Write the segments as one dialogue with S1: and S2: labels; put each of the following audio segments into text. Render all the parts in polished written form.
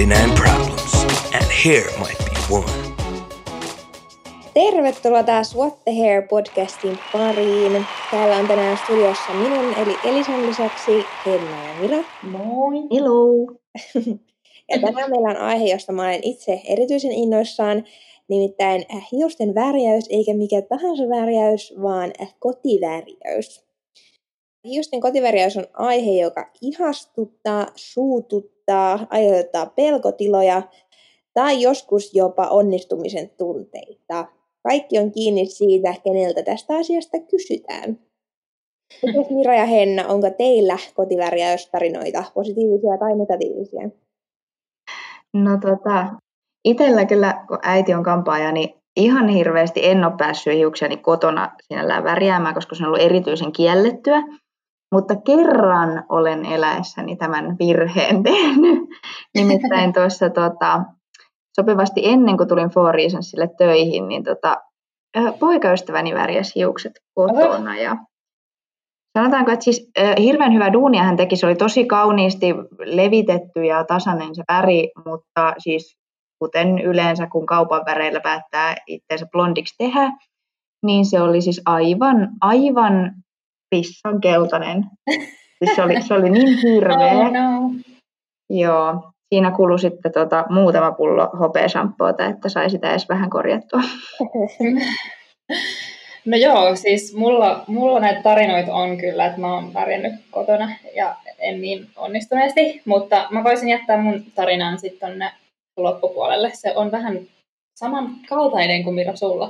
S1: 99 problems, and hair might be one.
S2: Tervetuloa taas What the Hair podcastin pariin. Täällä on tänään studiossa minun eli Elisan lisäksi Henna ja Mira.
S3: Moi!
S4: Hello!
S2: Ja tänään meillä on aihe, josta mä olen itse erityisen innoissaan, nimittäin hiusten värjäys, eikä mikä tahansa värjäys, vaan kotivärjäys. Hiusten kotivärjäys on aihe, joka ihastuttaa, suututtaa, aiheuttaa pelkotiloja tai joskus jopa onnistumisen tunteita. Kaikki on kiinni siitä, keneltä tästä asiasta kysytään. Mites Mira ja Henna, onko teillä kotivärjäystarinoita, positiivisia tai negatiivisia?
S4: No itellä kyllä, kun äiti on kampaaja, niin ihan hirveästi en ole päässyt hiuksiani kotona sinällään värjäämään, koska se on ollut erityisen kiellettyä. Mutta kerran olen eläessäni tämän virheen tehnyt. Nimittäin tuossa sopivasti ennen kuin tulin Four Reasonsille töihin, niin poikaystäväni värjäsi hiukset kotona. Ja sanotaanko, että siis hirveän hyvä duunia hän teki. Se oli tosi kauniisti levitetty ja tasainen se väri, mutta siis kuten yleensä kun kaupan väreillä päättää itseensä blondiksi tehdä, niin se oli siis aivan pissan keltainen. Siis se oli niin hirveä.
S3: Oh, no.
S4: Joo, siinä kului sitten muutama pullo hopeashampoota, että sai sitä edes vähän korjattua.
S3: No joo, siis mulla näitä tarinoita on kyllä, että mä oon värjännyt kotona ja en niin onnistuneesti, mutta mä voisin jättää mun tarinan sitten tonne loppupuolelle. Se on vähän samankaltainen kuin Mira sulla.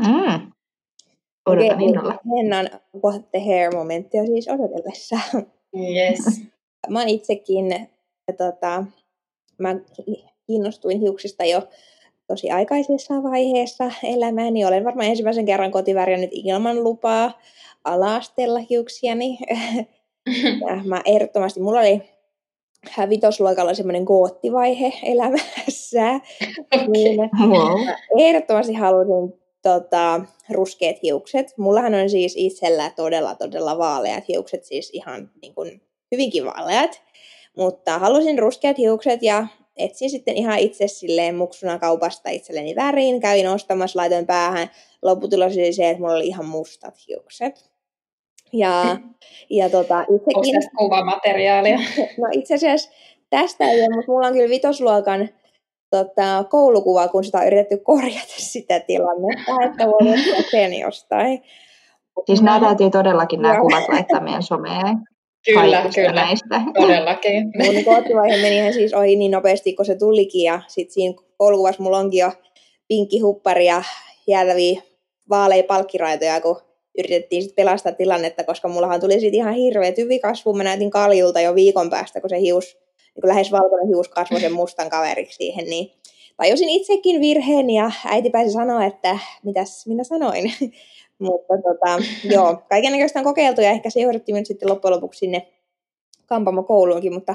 S4: Odotan innolla.
S2: Hennan What the Hair-momenttia siis odotellessa.
S3: Yes.
S2: Mä oon itsekin, mä kiinnostuin hiuksista jo tosi aikaisessa vaiheessa elämääni. Olen varmaan ensimmäisen kerran kotivärjännyt ilman lupaa ala-asteella hiuksiani. Ja mä ehdottomasti, mulla oli vitosluokalla semmoinen goottivaihe elämässä. Niin ehdottomasti halusin ruskeat hiukset. Mullahan on siis itsellä todella vaaleat hiukset, siis ihan niin kuin hyvinkin vaaleat. Mutta halusin ruskeat hiukset ja etsin sitten ihan itse silleen muksuna kaupasta itselleni väriin. Kävin ostamassa, laitoin päähän. Lopputulos oli se, että mulla oli ihan mustat hiukset. Itsekin...
S3: Onko tästä kuvamateriaalia?
S2: No itse asiassa tästä ei ole, mutta mulla on kyllä vitosluokan koulukuva, kun sitä on yritetty korjata sitä tilannetta, että voi olla sen jostain.
S4: Siis nämä täytyy todellakin nämä kuvat laittaa meidän someen.
S3: Kyllä,
S4: näistä.
S3: Todellakin.
S2: Mun koottivaihe meni siis ohi niin nopeasti, kun se tulikin, ja sitten siinä koulukuvassa mulla onkin jo pinkki huppari ja jäätäviä vaaleja palkkiraitoja, kun yritettiin sitten pelastaa tilannetta, koska mullahan tuli sitten ihan hirveä tyvikasvu. Mä näytin kaljulta jo viikon päästä, kun se hius, niin kun lähes valkoinen hius kasvoi sen mustan kaveriksi siihen, niin tajusin itsekin virheen, ja äiti pääsi sanoa, että mitäs minä sanoin. Mutta joo, kaikennäköistä on kokeiltu, ja ehkä se johdattiin nyt sitten loppujen lopuksi sinne kampaamokouluunkin, mutta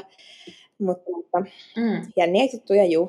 S2: jänniä juttuja, juu.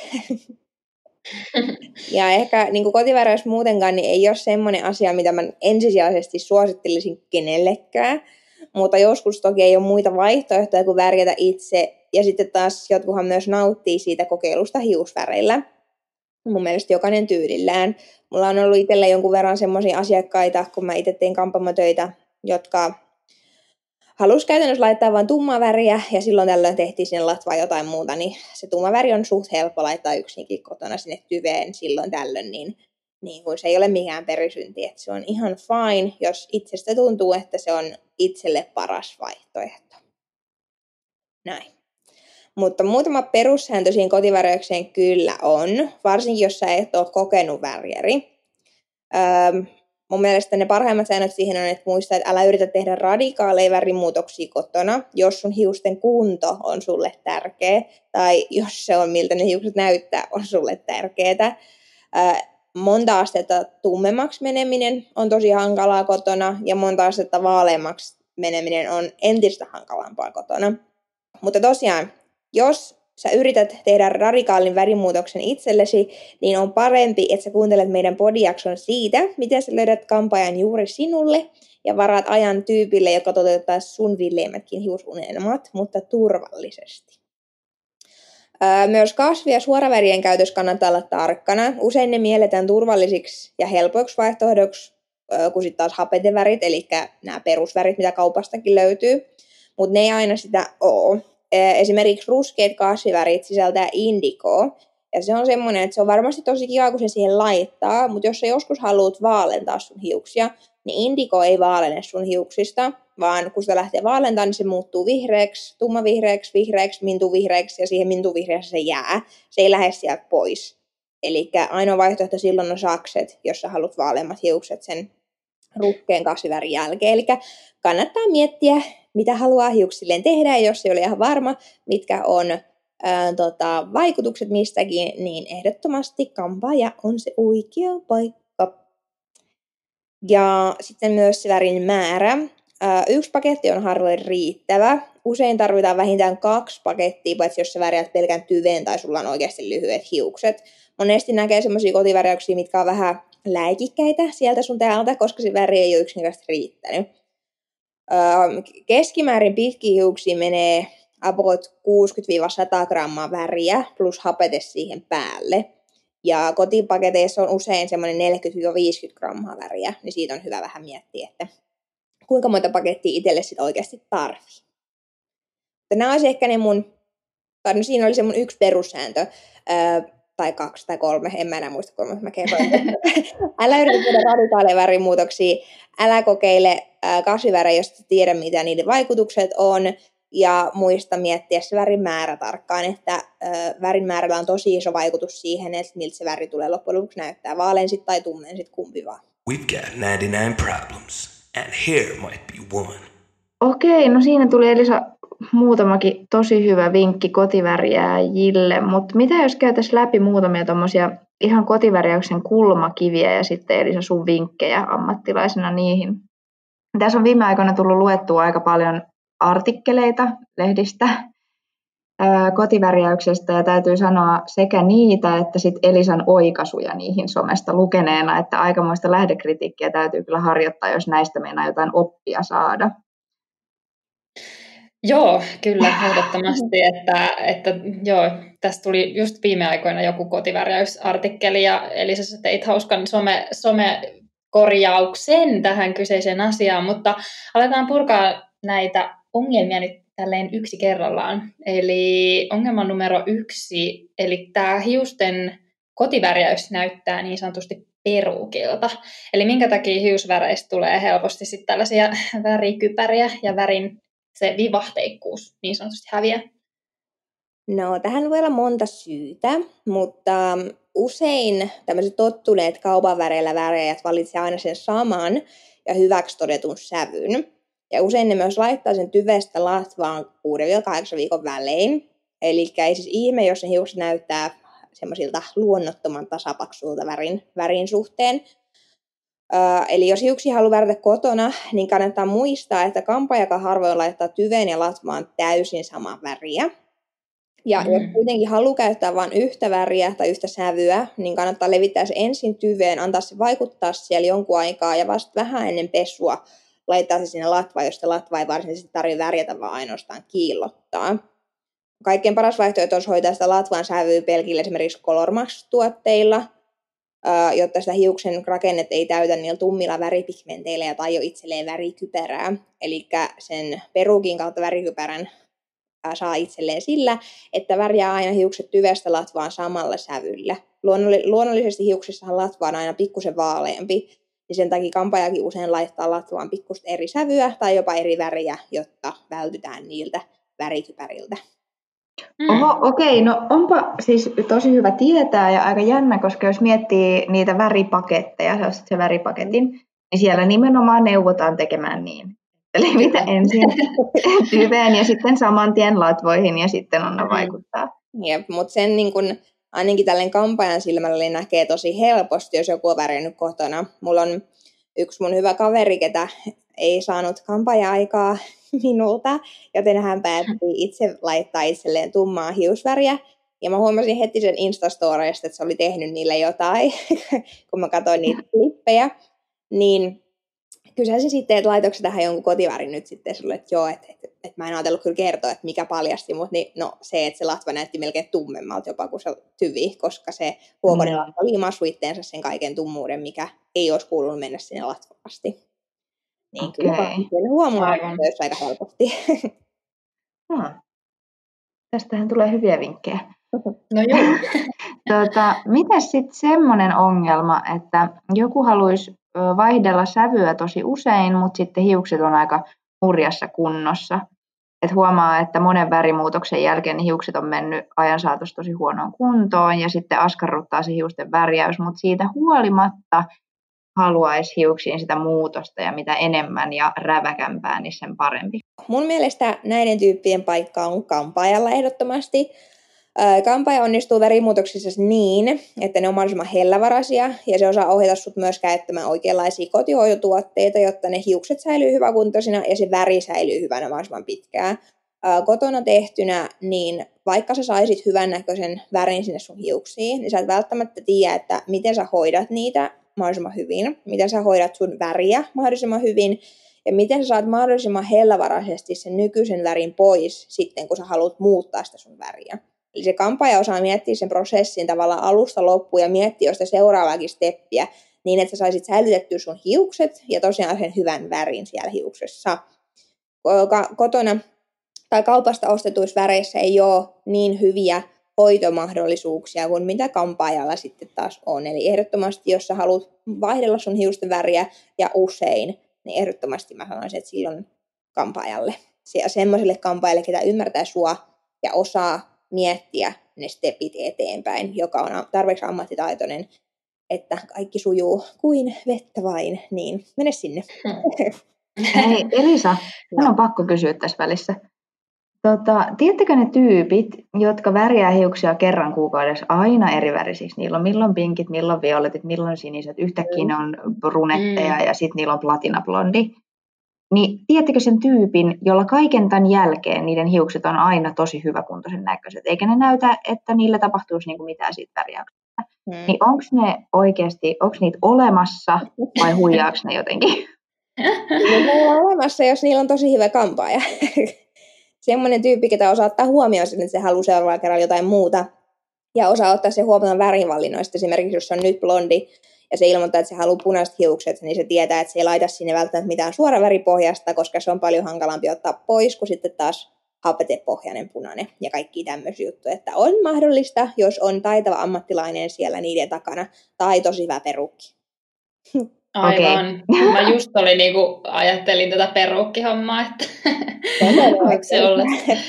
S2: Ja ehkä niin kotivärjäys muutenkaan niin ei ole semmoinen asia, mitä mä ensisijaisesti suosittelisin kenellekään, mutta joskus toki ei ole muita vaihtoehtoja kuin värjätä itse, ja sitten taas jotkuhan myös nauttii siitä kokeilusta hiusväreillä. Mun mielestä jokainen tyylillään. Mulla on ollut itsellä jonkun verran semmoisia asiakkaita, kun mä itse tein kampaamotöitä, jotka halusi käytännössä laittaa vain tummaa väriä, ja silloin tällöin tehtiin sinne latvaan jotain muuta, niin se tumma väri on suht helppo laittaa yksinkin kotona sinne tyveen silloin tällöin, niin kuin se ei ole mikään perisynti, että se on ihan fine, jos itsestä tuntuu, että se on itselle paras vaihtoehto. Näin. Mutta muutama perussääntö siihen kotivärjäykseen kyllä on, varsinkin jos sä et ole kokenut värjäri. Mun mielestä ne parhaimmat säännöt siihen on, että muista, että älä yritä tehdä radikaaleja värimuutoksia kotona, jos sun hiusten kunto on sulle tärkeä, tai jos se on miltä ne hiukset näyttää, on sulle tärkeää. Monta astetta tummemmaksi meneminen on tosi hankalaa kotona, ja monta astetta vaaleammaksi meneminen on entistä hankalampaa kotona. Mutta tosiaan, jos sä yrität tehdä radikaalin värimuutoksen itsellesi, niin on parempi, että sä kuuntelet meidän podijakson siitä, miten sä löydät kampaajan juuri sinulle ja varaat ajan tyypille, joka toteuttaa sun villeimmätkin hiusunelmat, mutta turvallisesti. Myös kasvi- ja suoravärien käytössä kannattaa olla tarkkana. Usein ne mielletään turvallisiksi ja helpoiksi vaihtoehdoksi, kun sitten taas hapetevärit, eli nämä perusvärit, mitä kaupastakin löytyy. Mutta ne ei aina sitä ole. Esimerkiksi ruskeat kasvivärit sisältää indikoa. Ja se on semmoinen, että se on varmasti tosi kiva, kun se siihen laittaa, mutta jos sä joskus haluat vaalentaa sun hiuksia, niin indiko ei vaalene sun hiuksista, vaan kun sitä lähtee vaalentamaan, niin se muuttuu vihreäksi, tummanvihreäksi, vihreäksi, mintuvihreäksi ja siihen mintuvihreässä se jää. Se ei lähde sieltä pois. Eli ainoa vaihtoehto silloin on sakset, jos sä haluat vaaleammat hiukset sen ruskeen kasvivärin jälkeen. Eli kannattaa miettiä, mitä haluaa hiuksilleen tehdä, ja jos ei ole ihan varma, mitkä on vaikutukset mistäkin, niin ehdottomasti kampaaja on se oikea paikka. Ja sitten myös se värin määrä. 1 paketti on harvoin riittävä. Usein tarvitaan vähintään 2 pakettia, paitsi jos sä värjät pelkän tyven tai sulla on oikeasti lyhyet hiukset. Monesti näkee semmoisia kotivärjäyksiä, mitkä on vähän läikikkäitä sieltä sun täältä, koska se väri ei ole yksinkertaisesti riittänyt. Keskimäärin pitkiä hiuksia menee about 60-100 grammaa väriä plus hapete siihen päälle. Ja kotipaketeissa on usein semmoinen 40-50 grammaa väriä, niin siitä on hyvä vähän miettiä, että kuinka monta pakettia itselle sit oikeasti tarvii. Mutta nämä olisi ehkä ne siinä oli se mun 1 perussääntö, tai 2 tai 3, en mä enää muista 3, mä kerroin. Älä yritä tehdä radikaaleja värimuutoksia, älä kokeile kasvivärejä, jos et tiedä mitä niiden vaikutukset on, ja muista miettiä se värin määrä tarkkaan, että värin määrällä on tosi iso vaikutus siihen, että miltä se väri tulee loppujen lopuksi näyttää, vaalensit tai tummensit, kumpi vaan.
S1: We've got 99 problems, and here might be one.
S4: Okei, no siinä tuli Elisa muutamakin tosi hyvä vinkki kotivärjääjille, mutta mitä jos käytäisiin läpi muutamia tommosia ihan kotivärjäyksen kulmakiviä ja sitten Elisa sun vinkkejä ammattilaisena niihin. Tässä on viime aikoina tullut luettua aika paljon artikkeleita lehdistä kotivärjäyksestä ja täytyy sanoa sekä niitä että sitten Elisan oikaisuja niihin somesta lukeneena, että aikamoista lähdekritiikkiä täytyy kyllä harjoittaa, jos näistä meinaa jotain oppia saada.
S3: Joo, kyllä, ehdottomasti, että joo, tästä tuli just viime aikoina joku kotivärjäysartikkeli, ja eli sä teit hauskan somekorjauksen tähän kyseiseen asiaan, mutta aletaan purkaa näitä ongelmia nyt tälleen yksi kerrallaan. Eli ongelma numero 1, eli tämä hiusten kotivärjäys näyttää niin sanotusti peruukilta. Eli minkä takia hiusväreistä tulee helposti sitten tällaisia värikypäriä ja värin se vivahteikkuus niin sanotusti häviää?
S2: No, tähän voi olla monta syytä, mutta usein tämmöiset tottuneet kaupan väreillä värejät valitsee aina sen saman ja hyväksi todetun sävyn. Ja usein ne myös laittaa sen tyvestä latvaan 6-8 viikon välein. Eli ei siis ihme, jos ne hiukset näyttää semmoisilta luonnottoman tasapaksulta värin suhteen. Eli jos hiuksia haluaa värjätä kotona, niin kannattaa muistaa, että kampaajakaan harvoin laittaa tyveen ja latvaan täysin samaa väriä. Ja jos kuitenkin haluaa käyttää vain yhtä väriä tai yhtä sävyä, niin kannattaa levittää se ensin tyveen, antaa se vaikuttaa siellä jonkun aikaa ja vasta vähän ennen pesua laittaa se sinne latvaan, jos se latva ei varsinaisesti tarvitse värjätä, vaan ainoastaan kiillottaa. Kaikkein paras vaihtoehto olisi hoitaa sitä latvan sävyä pelkillä esimerkiksi Color Max-tuotteilla, jotta sitä hiuksen rakennet ei täytä niillä tummilla väripigmenteillä ja tai jo itselleen värikypärää. Eli sen peruukin kautta värikypärän saa itselleen sillä, että värjää aina hiukset tyvestä latvaan samalla sävyllä. Luonnollisesti hiuksissahan latva on aina pikkusen vaaleampi, niin sen takia kampaajakin usein laittaa latvaan pikkusen eri sävyä tai jopa eri väriä, jotta vältytään niiltä värikypäriltä.
S4: Oho, okei, no onpa siis tosi hyvä tietää ja aika jännä, koska jos miettii niitä väripaketteja, se väripaketin, niin siellä nimenomaan neuvotaan tekemään niin. Eli mitä ensin tyveen ja sitten saman tien latvoihin ja sitten on vaikuttaa.
S2: Jep, mutta sen niin kun, ainakin tälleen kampaajan silmällä niin näkee tosi helposti, jos joku on värjännyt kotona. Mulla on yksi mun hyvä kaveri, ketä ei saanut kampaaja-aikaa minulta, joten hän päätti itse laittaa itselleen tummaa hiusväriä. Ja mä huomasin heti sen Instastoreista, että se oli tehnyt niille jotain, kun mä katsoin niitä klippejä. Niin kysäsin sitten, että laitoiko tähän jonkun kotivärin nyt sitten sulle, että joo, että mä en ajatellut kyllä kertoa, että mikä paljasti, mutta niin, no, se, että se latva näytti melkein tummemmalta jopa kuin se tyvi, koska se huokonen latva liimasi itteensä sen kaiken tummuuden, mikä ei olisi kuulunut mennä sinne latvaan asti. Niin kyllä huomaa myös aika helposti.
S4: Tästähän tulee hyviä vinkkejä.
S3: No joo.
S4: Mites sitten semmoinen ongelma, että joku haluaisi vaihdella sävyä tosi usein, mutta sitten hiukset on aika hurjassa kunnossa. Et huomaa, että monen värimuutoksen jälkeen hiukset on mennyt ajan saatossa tosi huonoon kuntoon ja sitten askarruttaa se hiusten värjäys, mutta siitä huolimatta haluaisi hiuksiin sitä muutosta ja mitä enemmän ja räväkämpää, niin sen parempi.
S2: Mun mielestä näiden tyyppien paikka on kampaajalla ehdottomasti. Kampaaja onnistuu värimuutoksissa niin, että ne on mahdollisimman hellävaraisia ja se osaa ohjata sut myös käyttämään oikeanlaisia kotihoitotuotteita, jotta ne hiukset säilyy hyväkuntoisina ja se väri säilyy hyvänä mahdollisimman pitkään. Kotona tehtynä, niin vaikka sä saisit hyvän näköisen värin sinne sun hiuksiin, niin sä et välttämättä tiedä, että miten sä hoidat niitä mahdollisimman hyvin, miten sä hoidat sun väriä mahdollisimman hyvin ja miten sä saat mahdollisimman hellävaraisesti sen nykyisen värin pois sitten, kun sä haluat muuttaa sitä sun väriä. Eli se kampaaja osaa miettiä sen prosessin tavallaan alusta loppuun ja miettiä sitä seuraavaakin steppiä niin, että sä saisit säilytettyä sun hiukset ja tosiaan sen hyvän värin siellä hiuksessa. Kotona tai kaupasta ostetuissa väreissä ei ole niin hyviä hoitomahdollisuuksia kuin mitä kampaajalla sitten taas on. Eli ehdottomasti, jos sä haluat vaihdella sun hiusten väriä ja usein, niin ehdottomasti mä sanoisin, että silloin kampaajalle. Ja semmoiselle kampaajalle, ketä ymmärtää sua ja osaa miettiä ne stepit eteenpäin, joka on tarpeeksi ammattitaitoinen, että kaikki sujuu kuin vettä vain, niin mene sinne.
S4: Hei Elisa, minun on pakko kysyä tässä välissä. Tiedättekö ne tyypit, jotka värjää hiuksia kerran kuukaudessa aina eri värisiksi? Niillä on milloin pinkit, milloin violetit, milloin siniset, yhtäkkiä ne on brunetteja ja sitten niillä on platinablondi. Niin tiedättekö sen tyypin, jolla kaiken tämän jälkeen niiden hiukset on aina tosi hyväkuntoisen näköiset, eikä ne näytä, että niillä tapahtuisi niinku mitään siitä värjäyksestä. Niin onko ne oikeasti, onko niitä olemassa vai huijaako ne jotenkin?
S2: Ne on olemassa, jos niillä on tosi hyvä kampaaja. Semmoinen tyyppi, ketä osaa ottaa huomioon sen, että se haluaa seuraavalla kerralla jotain muuta. Ja osaa ottaa se huomioon värinvalinnoista. Esimerkiksi jos on nyt blondi ja se ilmoittaa, että se haluaa punaiset hiukset, niin se tietää, että se ei laita sinne välttämättä mitään suoraväripohjasta, koska se on paljon hankalampi ottaa pois kuin sitten taas hapetepohjainen punainen ja kaikki tämmöisiä juttuja. Että on mahdollista, jos on taitava ammattilainen siellä niiden takana tai tosi hyvä perukki.
S3: Aivan. Okay. Mä just ajattelin tätä peruukkihommaa, että voiko se olla,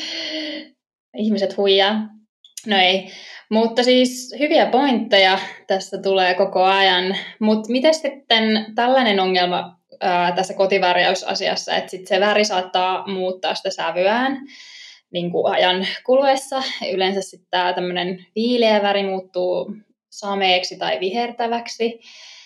S3: ihmiset huijaa. No ei, mutta siis hyviä pointteja tässä tulee koko ajan. Mutta miten sitten tällainen ongelma tässä kotivärjäysasiassa, että sit se väri saattaa muuttaa sitä sävyään niin kuin ajan kuluessa. Yleensä sitten tämä tämmöinen viileä väri muuttuu sameeksi tai vihertäväksi.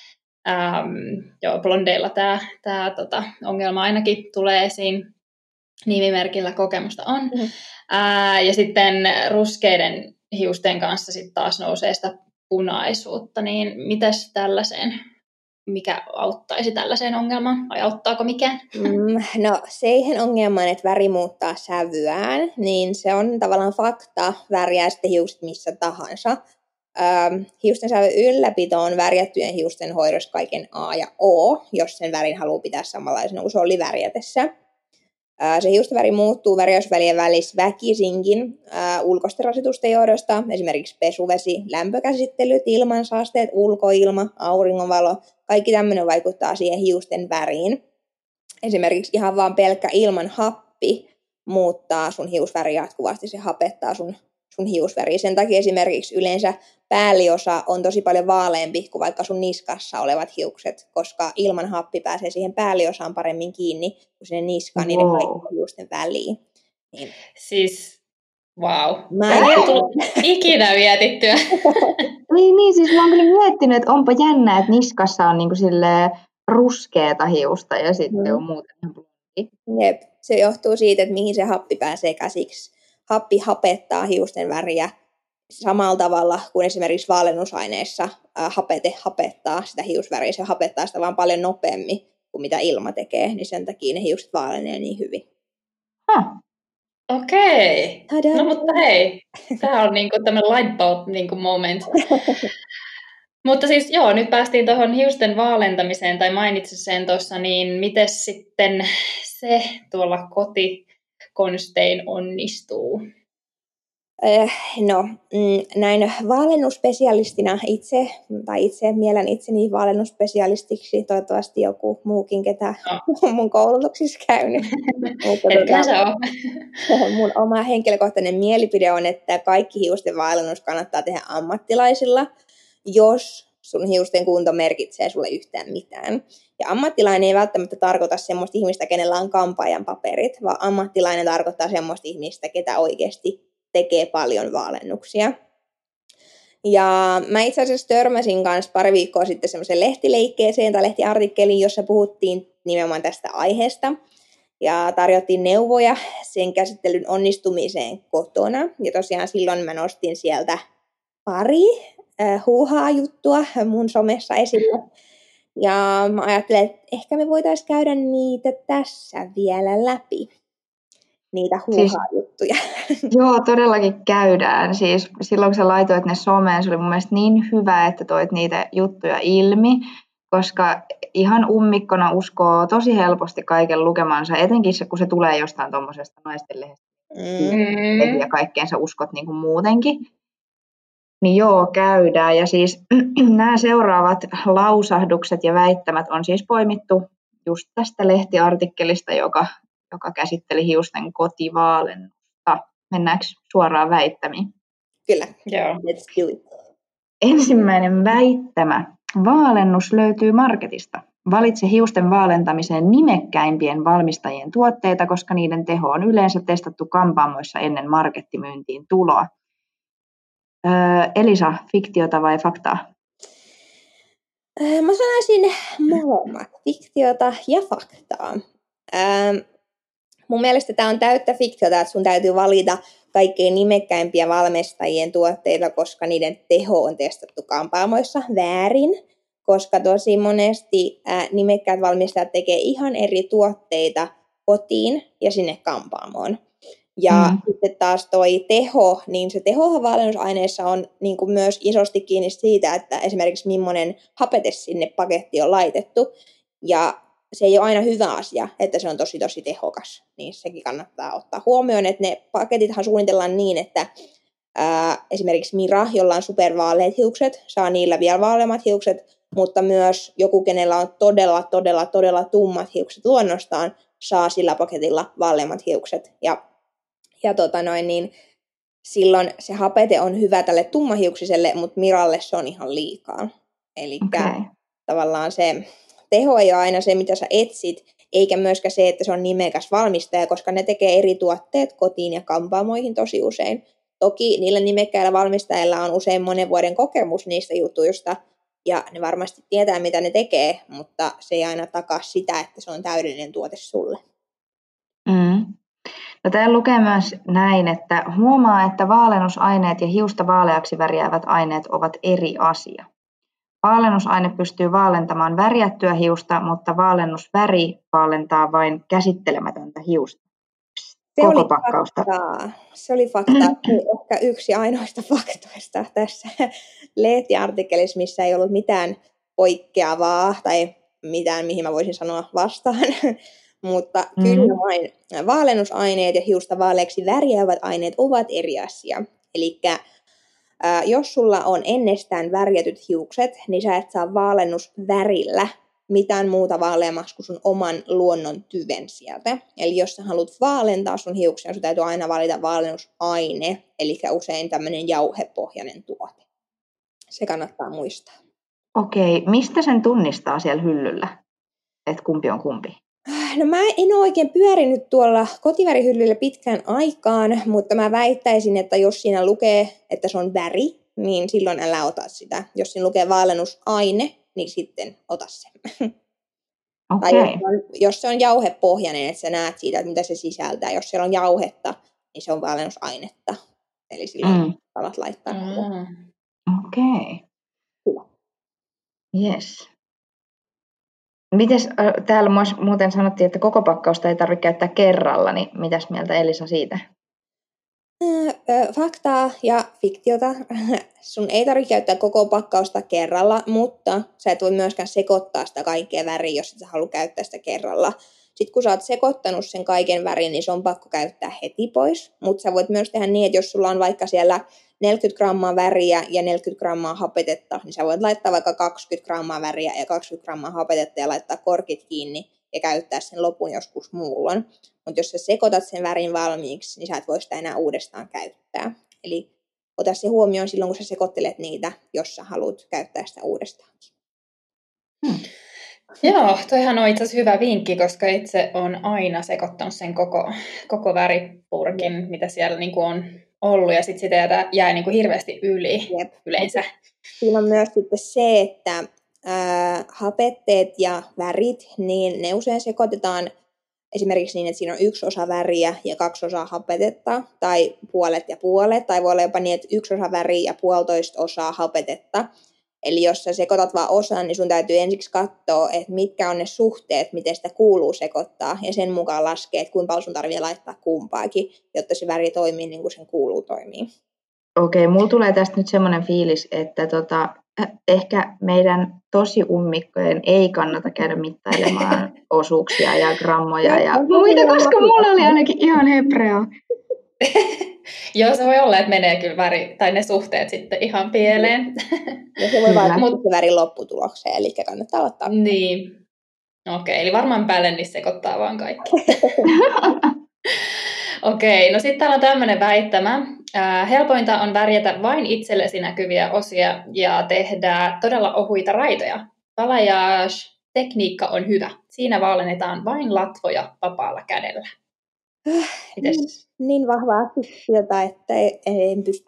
S3: Blondeilla tämä ongelma ainakin tulee esiin, nimimerkillä kokemusta on. Mm-hmm. Ja sitten ruskeiden hiusten kanssa sitten taas nousee sitä punaisuutta, niin mitäs tällaiseen, mikä auttaisi tällaiseen ongelmaan, vai auttaako mikään?
S2: No siihen ongelmaan, että väri muuttaa sävyään, niin se on tavallaan fakta, värjää sitten hiukset missä tahansa. Hiusten sävyn ylläpito on värjättyjen hiusten hoidossa kaiken A ja O, jos sen värin haluaa pitää samanlaisena kuin se oli värjätessä. Se hiusten väri muuttuu värjäysvälien välissä väkisinkin ulkoisten rasitusten johdosta, esimerkiksi pesuvesi, lämpökäsittelyt, ilmansaasteet, ulkoilma, auringonvalo, kaikki tämmöinen vaikuttaa siihen hiusten väriin. Esimerkiksi ihan vaan pelkkä ilman happi muuttaa sun hiusväri jatkuvasti, se hapettaa sun hiusväriä. Sen takia esimerkiksi yleensä päälliosa on tosi paljon vaaleampi kuin vaikka sun niskassa olevat hiukset, koska ilman happi pääsee siihen päälliosaan paremmin kiinni kuin sinne niskaan niiden kaikkien hiusten väliin. Niin.
S3: Siis, vau. Mä en tullut ikinä mietittyä.
S4: niin, siis mä oon kyllä miettinyt, että onpa jännä, että niskassa on niinku ruskeata hiusta ja sitten on muuten ihan blondi.
S2: Jep, se johtuu siitä, että mihin se happi pääsee käsiksi. Happi hapettaa hiusten väriä samalla tavalla kuin esimerkiksi vaalennusaineissa hapete hapettaa sitä hiusväriä. Se hapettaa sitä vaan paljon nopeammin kuin mitä ilma tekee, niin sen takia ne hiukset vaalenee niin hyvin.
S3: Okei.
S2: Tada.
S3: No mutta hei, tämä on niinku tämmöinen light bulb niinku moment. Mutta siis joo, nyt päästiin tuohon hiusten vaalentamiseen, tai mainitsin sen tuossa, niin miten sitten se tuolla kotikonstein onnistuu?
S2: No, näin vaalennusspesialistina itse mielen itseni vaalennusspesialistiksi, toivottavasti joku muukin, ketä on mun koulutuksissa käynyt.
S3: Etkä se ole.
S2: Mun oma henkilökohtainen mielipide on, että kaikki hiusten vaalennus kannattaa tehdä ammattilaisilla, jos sun hiusten kunto merkitsee sulle yhtään mitään. Ja ammattilainen ei välttämättä tarkoita semmoista ihmistä, kenellä on kampaajan paperit, vaan ammattilainen tarkoittaa semmoista ihmistä, ketä oikeasti tekee paljon vaalennuksia. Ja mä itse asiassa törmäsin kanssa pari viikkoa sitten semmoisen lehtileikkeeseen tai lehtiartikkeliin, jossa puhuttiin nimenomaan tästä aiheesta. Ja tarjottiin neuvoja sen käsittelyn onnistumiseen kotona. Ja tosiaan silloin mä nostin sieltä pari huuhaa juttua mun somessa esille. Ja mä ajattelin, että ehkä me voitaisiin käydä niitä tässä vielä läpi. Niitä huuhaa-juttuja.
S4: Joo, todellakin käydään. Siis silloin, kun sä laitoit ne someen, se oli mun mielestä niin hyvä, että toit niitä juttuja ilmi, koska ihan ummikkona uskoo tosi helposti kaiken lukemansa, etenkin se, kun se tulee jostain tuommoisesta naisten lehdestä. Ja kaikkeen sä uskot niin kuin muutenkin. Niin joo, käydään. Ja siis nämä seuraavat lausahdukset ja väittämät on siis poimittu just tästä lehtiartikkelista, joka käsitteli hiusten kotivaalennusta. Mennäänkö suoraan väittämiin?
S2: Kyllä.
S3: Joo.
S2: Let's do it.
S4: Ensimmäinen väittämä. Vaalennus löytyy marketista. Valitse hiusten vaalentamiseen nimekkäimpien valmistajien tuotteita, koska niiden teho on yleensä testattu kampaamoissa ennen markettimyyntiin tuloa. Elisa, fiktiota vai faktaa?
S2: Mä sanoisin molemmat, fiktiota ja faktaa. Mun mielestä tämä on täyttä fiktiota, että sun täytyy valita kaikkein nimekkäimpiä valmistajien tuotteita, koska niiden teho on testattu kampaamoissa väärin, koska tosi monesti nimekkäät valmistajat tekee ihan eri tuotteita kotiin ja sinne kampaamoon. Ja sitten taas toi teho, niin se tehohan vaalennusaineissa on niin kuin myös isosti kiinni siitä, että esimerkiksi millainen hapete sinne pakettiin on laitettu. Ja se ei ole aina hyvä asia, että se on tosi tehokas. Niin sekin kannattaa ottaa huomioon, että ne paketithan suunnitellaan niin, että esimerkiksi Mira, jolla on supervaaleat hiukset, saa niillä vielä vaaleammat hiukset, mutta myös joku, kenellä on todella tummat hiukset luonnostaan, saa sillä paketilla vaaleammat hiukset. Ja niin silloin se hapete on hyvä tälle tummahiuksiselle, mutta Miralle se on ihan liikaa. Eli tavallaan se teho ei ole aina se, mitä sä etsit, eikä myöskään se, että se on nimekäs valmistaja, koska ne tekee eri tuotteet kotiin ja kampaamoihin tosi usein. Toki niillä nimekkäillä valmistajilla on usein monen vuoden kokemus niistä jutuista, ja ne varmasti tietää, mitä ne tekee, mutta se ei aina takaa sitä, että se on täydellinen tuote sulle.
S4: No, täällä lukee myös näin, että huomaa, että vaalennusaineet ja hiusta vaaleaksi värjäävät aineet ovat eri asia. Vaalenusaine pystyy vaalentamaan värjättyä hiusta, mutta vaalennusväri vaalentaa vain käsittelemätöntä hiusta. Koko pakkausta.
S2: Se oli faktaa. Ehkä yksi ainoista faktoista tässä lehtiartikkelissa, missä ei ollut mitään poikkeavaa tai mitään, mihin mä voisin sanoa vastaan. Mutta kyllä vain vaalennusaineet ja hiusta vaaleaksi värjäävät aineet ovat eri asia. Eli jos sulla on ennestään värjätyt hiukset, niin sä et saa vaalennusvärillä mitään muuta vaaleammaksi kuin sun oman luonnon tyven sieltä. Eli jos sä haluat vaalentaa sun hiuksia, sun täytyy aina valita vaalennusaine, eli usein tämmöinen jauhepohjainen tuote. Se kannattaa muistaa.
S4: Okei, mistä sen tunnistaa siellä hyllyllä, että kumpi on kumpi?
S2: No mä en ole oikein pyörinyt tuolla kotivärihyllyllä pitkään aikaan, mutta mä väittäisin, että jos siinä lukee, että se on väri, niin silloin älä ota sitä. Jos siinä lukee vaalennusaine, niin sitten ota se.
S4: Okay.
S2: Tai jos se on jauhepohjainen, että sä näet siitä, että mitä se sisältää. Jos siellä on jauhetta, niin se on vaalennusainetta. Eli silloin alat laittaa.
S4: Okei.
S2: Hyvä.
S4: Yes. Mites, täällä muuten sanottiin, että koko pakkausta ei tarvitse käyttää kerralla, niin mitäs mieltä Elisa siitä?
S2: Faktaa ja fiktiota. Sun ei tarvitse käyttää koko pakkausta kerralla, mutta sä et voi myöskään sekoittaa sitä kaikkea väriä, jos et sä halua käyttää sitä kerralla. Sitten kun sä oot sekoittanut sen kaiken värin, niin se on pakko käyttää heti pois. Mutta sä voit myös tehdä niin, että jos sulla on vaikka siellä 40 grammaa väriä ja 40 grammaa hapetetta, niin sä voit laittaa vaikka 20 grammaa väriä ja 20 grammaa hapetetta ja laittaa korkit kiinni ja käyttää sen lopun joskus muulloin. Mutta jos sä sekoitat sen värin valmiiksi, niin sä et voi sitä enää uudestaan käyttää. Eli ota se huomioon silloin, kun sä sekoittelet niitä, jos sä haluat käyttää sitä uudestaan.
S3: Joo, toihan on itse asiassa hyvä vinkki, koska itse on aina sekoittanut sen koko väripurkin, mitä siellä niinku on ollut, ja sitten sitä jää niinku hirveästi yli yleensä.
S2: Siinä on myös sitten se, että hapetteet ja värit, niin ne usein sekoitetaan esimerkiksi niin, että siinä on 1 osa väriä ja 2 osaa hapetetta, tai puolet ja puolet, tai voi olla jopa niin, että 1 osa väriä ja 1,5 osaa hapetetta. Eli jos sä sekoitat vaan osan, niin sun täytyy ensiksi katsoa, että mitkä on ne suhteet, miten sitä kuuluu sekoittaa, ja sen mukaan laskea, että kuinka paljon sun tarvitsee laittaa kumpaakin, jotta se väri toimii niin kuin sen kuuluu toimii.
S4: Okei, mulla tulee tästä nyt semmoinen fiilis, että ehkä meidän tosi ummikkojen ei kannata käydä mittailemaan osuuksia ja grammoja ja muita, koska mulla oli ainakin ihan hebreaa.
S3: Joo, se voi olla, että menee kyllä väri, tai ne suhteet sitten ihan pieleen.
S2: Ja se voi vaikuttaa se värin lopputulokseen, eli kannattaa ottaa.
S3: Niin. Okei, eli varmaan päälle niin sekoittaa vaan kaikki. Okei, no sitten täällä on tämmöinen väittämä. Helpointa on värjätä vain itsellesi näkyviä osia ja tehdä todella ohuita raitoja. Balayage-tekniikka on hyvä. Siinä vallennetaan vain latvoja vapaalla kädellä. Mites?
S2: Niin vahvaa fiktiota, että en pysty.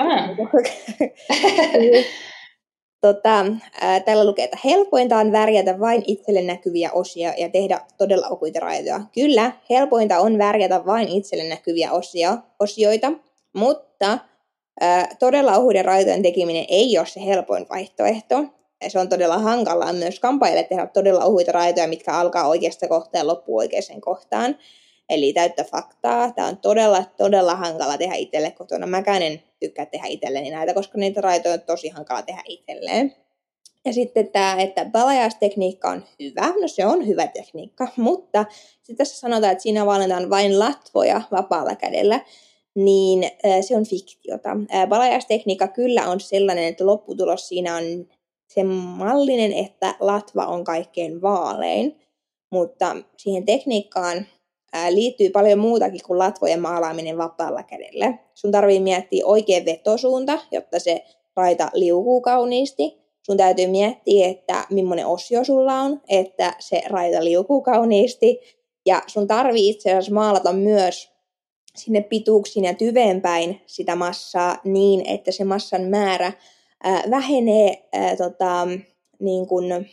S2: Täällä lukee, että helpointa on värjätä vain itselle näkyviä osia ja tehdä todella ohuita raitoja. Kyllä, helpointa on värjätä vain itselle näkyviä osioita, mutta todella ohuiden raitojen tekeminen ei ole se helpoin vaihtoehto. Ja se on todella hankalaa myös kampaajille tehdä todella ohuita raitoja, mitkä alkaa oikeasta kohtaan ja loppuu oikeaan kohtaan. Eli täyttä faktaa. Tämä on todella hankala tehdä itselle kotona. Mäkään en tykkää tehdä itselleni näitä, koska niitä raitoja on tosi hankala tehdä itselleen. Ja sitten tämä, että balayage-tekniikka on hyvä. No se on hyvä tekniikka, mutta sitten tässä sanotaan, että siinä vallennetaan vain latvoja vapaalla kädellä, niin se on fiktiota. Balayage-tekniikka kyllä on sellainen, että lopputulos siinä on sen mallinen, että latva on kaikkein vaalein, mutta siihen tekniikkaan liittyy paljon muutakin kuin latvojen maalaaminen vapaalla kädellä. Sun tarvii miettiä oikein vetosuunta, jotta se raita liukuu kauniisti. Sun täytyy miettiä, että millainen osio sulla on, että se raita liukuu kauniisti. Ja sun tarvii itse asiassa maalata myös sinne pituuksiin ja tyveen päin sitä massaa niin, että se massan määrä vähenee niin kuin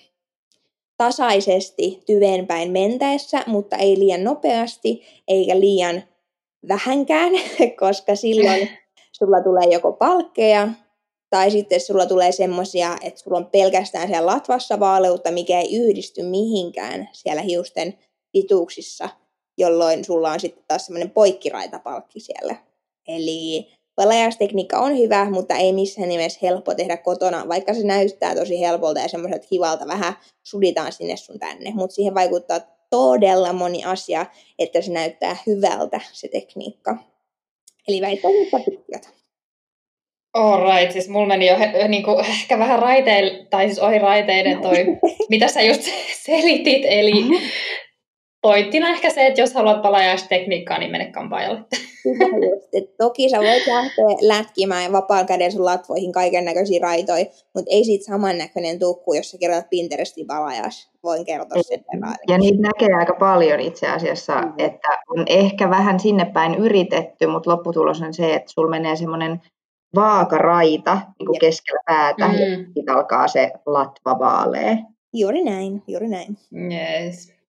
S2: tasaisesti tyveen päin mentäessä, mutta ei liian nopeasti eikä liian vähänkään, koska silloin sulla tulee joko palkkeja tai sitten sulla tulee semmoisia, että sulla on pelkästään siellä latvassa vaaleutta, mikä ei yhdisty mihinkään siellä hiusten pituuksissa, jolloin sulla on sitten taas semmoinen poikkiraitapalkki siellä. Eli balayage-tekniikka on hyvä, mutta ei missään nimessä helppo tehdä kotona, vaikka se näyttää tosi helpolta ja semmoiselta kivalta vähän suditaan sinne sun tänne. Mutta siihen vaikuttaa todella moni asia, että se näyttää hyvältä se tekniikka. Eli väittäisin, että fiktiota.
S3: Alright, siis mulla meni jo niinku, ehkä vähän raiteille, tai siis ohi raiteiden toi, mitä sä just selitit, eli pointtina ehkä se, että jos haluat balayage-tekniikkaa, niin mene kampaajalle.
S2: Toki sä voit lähteä lätkimään vapaan käden sun latvoihin kaiken näköisiä raitoja, mutta ei siitä samannäköinen tukku, jos sä kirjoitat Pinterestiin balayage. Voin kertoa sen verran.
S4: Ja niitä näkee aika paljon itse asiassa, että on ehkä vähän sinne päin yritetty, mutta lopputulos on se, että sulla menee semmoinen vaakaraita niin kuin keskellä päätä, ja sitten alkaa se latva vaalee.
S2: Juuri näin, juuri näin.
S3: Yes.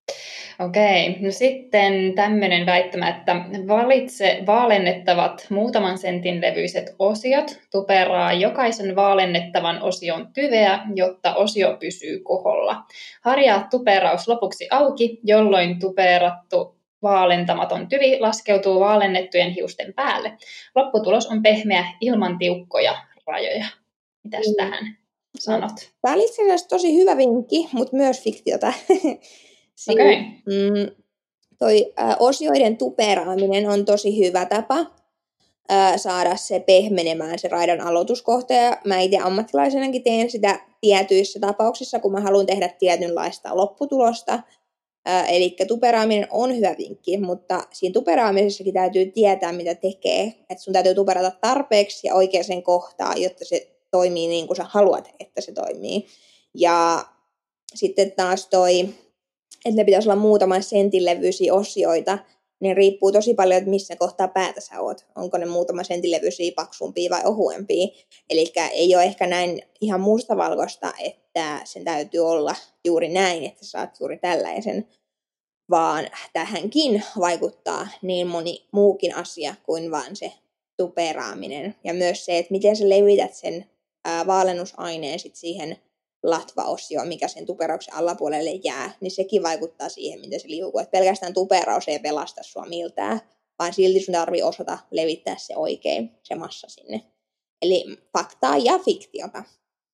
S3: Okei, no sitten tämmöinen väittämä, että valitse vaalennettavat muutaman sentin levyiset osiot, tuperaa jokaisen vaalennettavan osion tyveä, jotta osio pysyy koholla. Harjaa tuperaus lopuksi auki, jolloin tuperattu vaalentamaton tyvi laskeutuu vaalennettujen hiusten päälle. Lopputulos on pehmeä ilman tiukkoja rajoja. Mitäs tähän sanot?
S2: Tämä oli itse asiassa tosi hyvä vinkki, mutta myös fiktiota.
S3: Okei.
S2: Toi osioiden tuperaaminen on tosi hyvä tapa saada se pehmenemään se raidan aloituskohta. Ja mä itse ammattilaisenakin teen sitä tietyissä tapauksissa, kun mä haluan tehdä tietynlaista lopputulosta. Eli tuperaaminen on hyvä vinkki, mutta siinä tuperaamisessakin täytyy tietää, mitä tekee. Et sun täytyy tuperata tarpeeksi ja oikeaan kohtaan, jotta se toimii niin kuin sä haluat, että se toimii. Ja sitten taas että ne pitäisi olla muutaman sentin levyisiä osioita, niin riippuu tosi paljon, että missä kohtaa päätä sä oot. Onko ne muutama sentin levyisiä, paksumpia vai ohuempia. Eli ei ole ehkä näin ihan mustavalkoista, että sen täytyy olla juuri näin, että sä saat juuri tällaisen, vaan tähänkin vaikuttaa niin moni muukin asia kuin vaan se tuperaaminen. Ja myös se, että miten sä levität sen vaalennusaineen sit siihen latvaosioon, mikä sen tuperauksen alapuolelle jää, niin sekin vaikuttaa siihen, miten se liukuu. Et pelkästään tuperaus ei pelasta sua miltään, vaan silti sun tarvii osata levittää se oikein, se massa sinne. Eli faktaa ja fiktiota.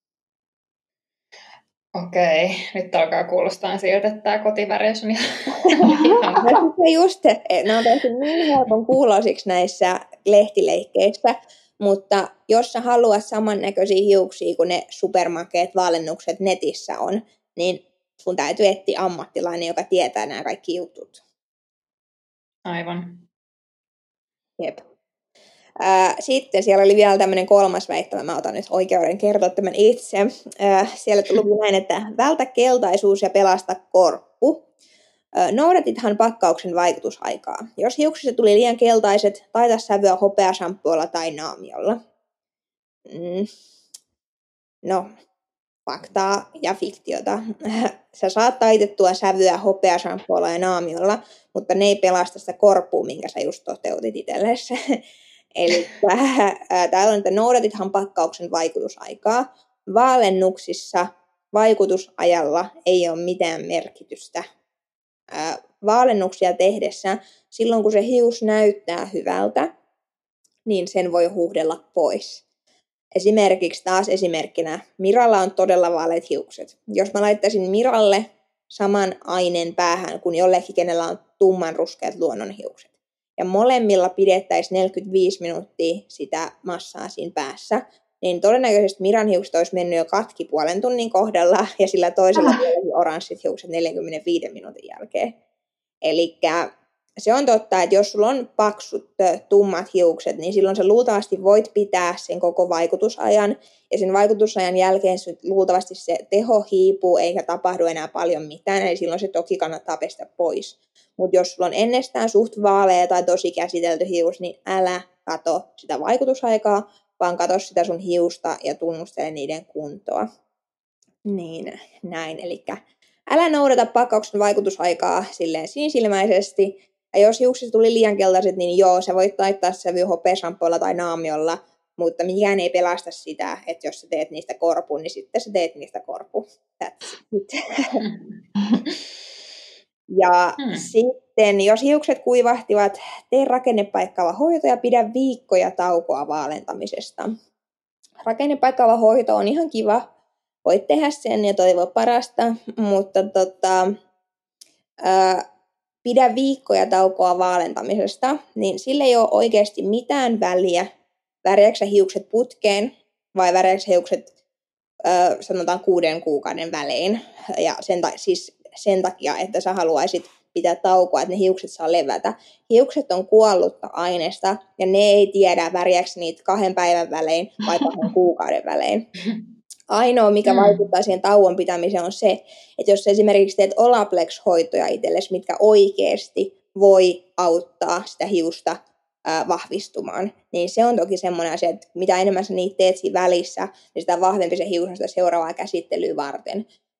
S3: Okei, nyt alkaa kuulostaa siltä, että tämä kotivärjäys on
S2: Just, ne on tehty niin helpon kuuloisiksi näissä lehtileikkeissä, mutta jos sä haluat samannäköisiä hiuksia kuin ne supermakeet vaalennukset netissä on, niin sun täytyy etsiä ammattilainen, joka tietää nämä kaikki jutut.
S3: Aivan.
S2: Jep. Sitten siellä oli vielä tämmöinen kolmas väittämä. Mä otan nyt oikeuden kertoa tämän itse. Siellä luki näin, että vältä keltaisuus ja pelasta korppu. Noudatithan pakkauksen vaikutusaikaa. Jos hiuksissa tuli liian keltaiset, taita sävyä hopeasamppuilla tai naamiolla. No, faktaa ja fiktiota. Sä saat taitettua sävyä hopeasamppuilla ja naamiolla, mutta ne ei pelasta sitä korppua, minkä sä just toteutit itsellesi. Eli täällä on, että noudatithan pakkauksen vaikutusaikaa. Vaalennuksissa vaikutusajalla ei ole mitään merkitystä. Vaalennuksia tehdessä, silloin kun se hius näyttää hyvältä, niin sen voi huuhdella pois. Esimerkiksi taas esimerkkinä, Miralla on todella vaaleat hiukset. Jos mä laittaisin Miralle saman aineen päähän kuin jollekin, kenellä on tummanruskeat luonnonhiukset, ja molemmilla pidettäisiin 45 minuuttia sitä massaa siinä päässä, niin todennäköisesti Miran hiukset olisi mennyt jo katki puolen tunnin kohdalla, ja sillä toisella oli oranssit hiukset 45 minuutin jälkeen. Eli se on totta, että jos sulla on paksut, tummat hiukset, niin silloin sä luultavasti voit pitää sen koko vaikutusajan, ja sen vaikutusajan jälkeen luultavasti se teho hiipuu, eikä tapahdu enää paljon mitään, eli silloin se toki kannattaa pestä pois. Mutta jos sulla on ennestään suht vaalea tai tosi käsitelty hius, niin älä kato sitä vaikutusaikaa, vaan kato sitä sun hiusta ja tunnustele niiden kuntoa. Niin, näin. Eli älä noudata pakkauksen vaikutusaikaa silleen sinisilmäisesti. Ja jos hiuksista tuli liian keltaiset, niin joo, sä voit taittaa sävyä hopeasampoilla tai naamiolla, mutta mikään ei pelasta sitä, että jos sä teet niistä korpun, niin sitten sä teet niistä korpun. Ja sitten, jos hiukset kuivahtivat, tee rakennepaikkaava hoito ja pidä viikkoja taukoa vaalentamisesta. Rakennepaikkaava hoito on ihan kiva. Voit tehdä sen ja toivoa parasta, mutta pidä viikkoja taukoa vaalentamisesta, niin sillä ei ole oikeasti mitään väliä, värjääksä hiukset putkeen vai värjääksä hiukset sanotaan 6 kuukauden välein. Ja sen takia, että sä haluaisit pitää taukoa, että ne hiukset saa levätä. Hiukset on kuollutta aineesta ja ne ei tiedä, värjääksä niitä 2 päivän välein vai 2 kuukauden välein. Ainoa, mikä vaikuttaa siihen tauon pitämiseen, on se, että jos esimerkiksi teet Olaplex-hoitoja itsellesi, mitkä oikeasti voi auttaa sitä hiusta vahvistumaan, niin se on toki semmoinen asia, että mitä enemmän sä niitä teet siinä välissä, niin sitä vahvempi se hius on sitä seuraavaa käsittelyä varten.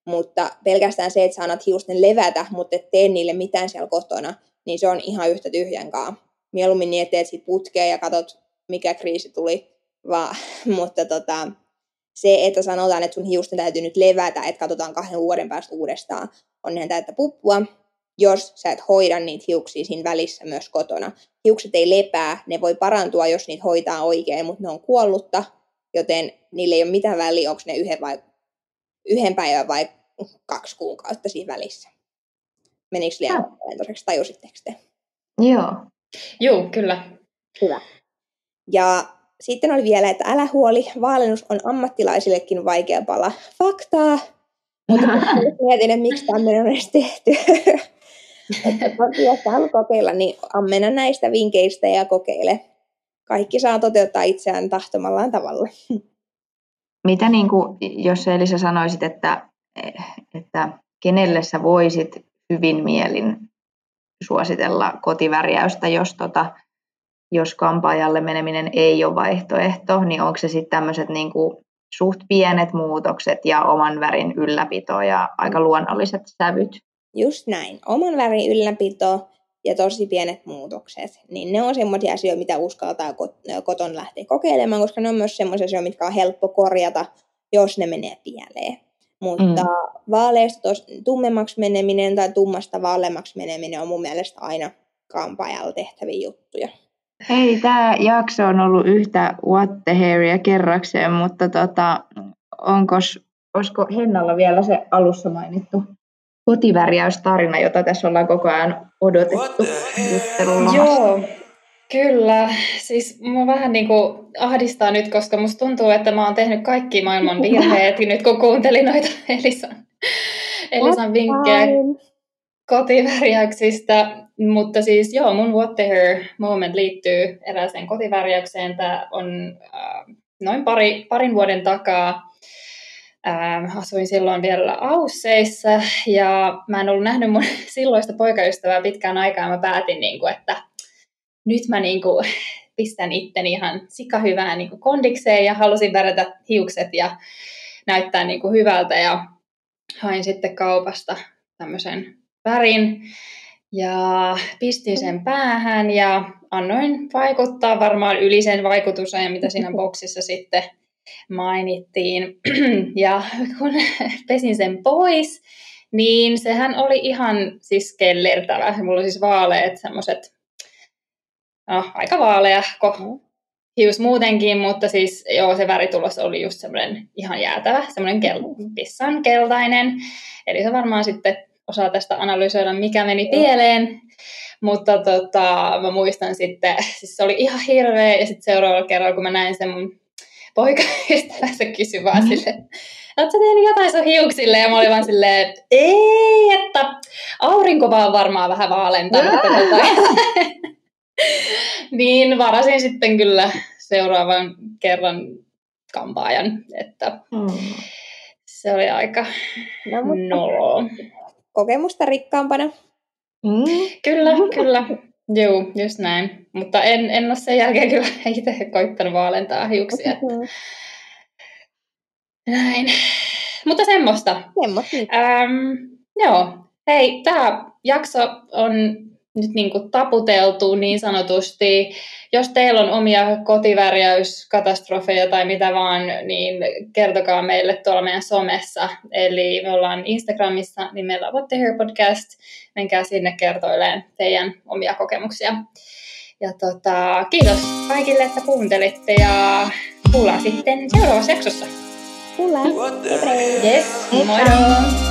S2: mutta pelkästään se, että sä annat hiusten levätä, mutta et tee niille mitään siellä kotona, niin se on ihan yhtä tyhjänkaan. Mieluummin niin, että teet sit putkea ja katot, mikä kriisi tuli, mutta se, että sanotaan, että sun hiusten täytyy nyt levätä, että katsotaan 2 vuoden päästä uudestaan, on ihan täyttä puppua, jos sä et hoida niitä hiuksia siinä välissä myös kotona. Hiukset ei lepää, ne voi parantua, jos niitä hoitaa oikein, mutta ne on kuollutta, joten niillä ei ole mitään väliä, onko ne yhden päivän vai 2 kuukautta siinä välissä. Menikö liian toiseksi, tajusitteko te?
S3: Joo, kyllä.
S2: Hyvä. Ja sitten oli vielä, että älä huoli, vaalennus on ammattilaisillekin vaikea pala. Faktaa! Mutta mietin, että miksi tämmöinen on edes tehty. Että jos haluat kokeilla, niin ammena näistä vinkkeistä ja kokeile. Kaikki saa toteuttaa itseään tahtomallaan tavalla.
S4: Mitä niin kuin, jos Elisa sanoisit, että kenelle sä voisit hyvin mielin suositella kotivärjäystä, jos kampaajalle meneminen ei ole vaihtoehto, niin onko se sitten tämmöiset niin kuin suht pienet muutokset ja oman värin ylläpito ja aika luonnolliset sävyt?
S2: Just näin. Oman värin ylläpito ja tosi pienet muutokset, niin ne on semmoisia asioita, mitä uskaltaa koton lähteä kokeilemaan, koska ne on myös semmoisia asioita, mitkä on helppo korjata, jos ne menee pieleen. Mutta vaaleista tummemmaksi meneminen tai tummasta vaaleammaksi meneminen on mun mielestä aina kampaajalla tehtäviä juttuja.
S4: Hei, tämä jakso on ollut yhtä what the hairia kerrakseen, mutta olisiko Hennalla vielä se alussa mainittu kotivärjäystarina, jota tässä ollaan koko ajan odotettu juttelulla?
S3: Joo, kyllä. Siis mua vähän niin kuin ahdistaa nyt, koska musta tuntuu, että mä oon tehnyt kaikki maailman virheet nyt, kun kuuntelin noita Elisan vinkkejä kotivärjäyksistä. Mutta siis joo, mun what the hair moment liittyy erääseen kotivärjäykseen. Tämä on noin parin vuoden takaa. Asuin silloin vielä Ausseissa ja mä en ollut nähnyt mun silloista poikaystävää pitkään aikaa. Mä päätin, että nyt mä pistän itteni ihan sikahyvään kondikseen ja halusin värjätä hiukset ja näyttää hyvältä. Ja hain sitten kaupasta tämmöisen värin ja pistin sen päähän ja annoin vaikuttaa varmaan yli sen vaikutusajan, mitä siinä boksissa sitten mainittiin. Ja kun pesin sen pois, niin sehän oli ihan siis kellertävä. Mulla oli siis vaaleat semmoiset, aika vaalea hius muutenkin, mutta siis joo, se väritulos oli just semmoinen ihan jäätävä, semmoinen pissan keltainen. Eli se varmaan sitten osaa tästä analysoida, mikä meni pieleen. Mutta mä muistan sitten, siis se oli ihan hirveä ja sitten seuraavalla kerralla, kun mä näin sen mun poikaystävä, se kysyi vaan silleen, ootko sä tehnyt jotain sun hiuksille? Ja mä olin vaan silleen, ei, että aurinko vaan varmaan vähän vaalentaa. Niin varasin sitten kyllä seuraavan kerran kampaajan, että se oli aika noloa.
S2: Kokemusta rikkaampana.
S3: Kyllä. Joo, just näin. Mutta en ole sen jälkeen kyllä itse koittanut vaalentaa hiuksia. Näin. Mutta semmoista. Joo. Hei, tämä jakso on nyt taputeltu niin sanotusti. Jos teillä on omia kotivärjäyskatastrofeja tai mitä vaan, niin kertokaa meille tuolla meidän somessa. Eli me ollaan Instagramissa nimellä What the Hair Podcast. Menkää sinne kertoileen teidän omia kokemuksia. Ja kiitos kaikille, että kuuntelitte ja kuullaan sitten seuraavassa jaksossa.
S2: Kuullaan.
S3: Yes, moi.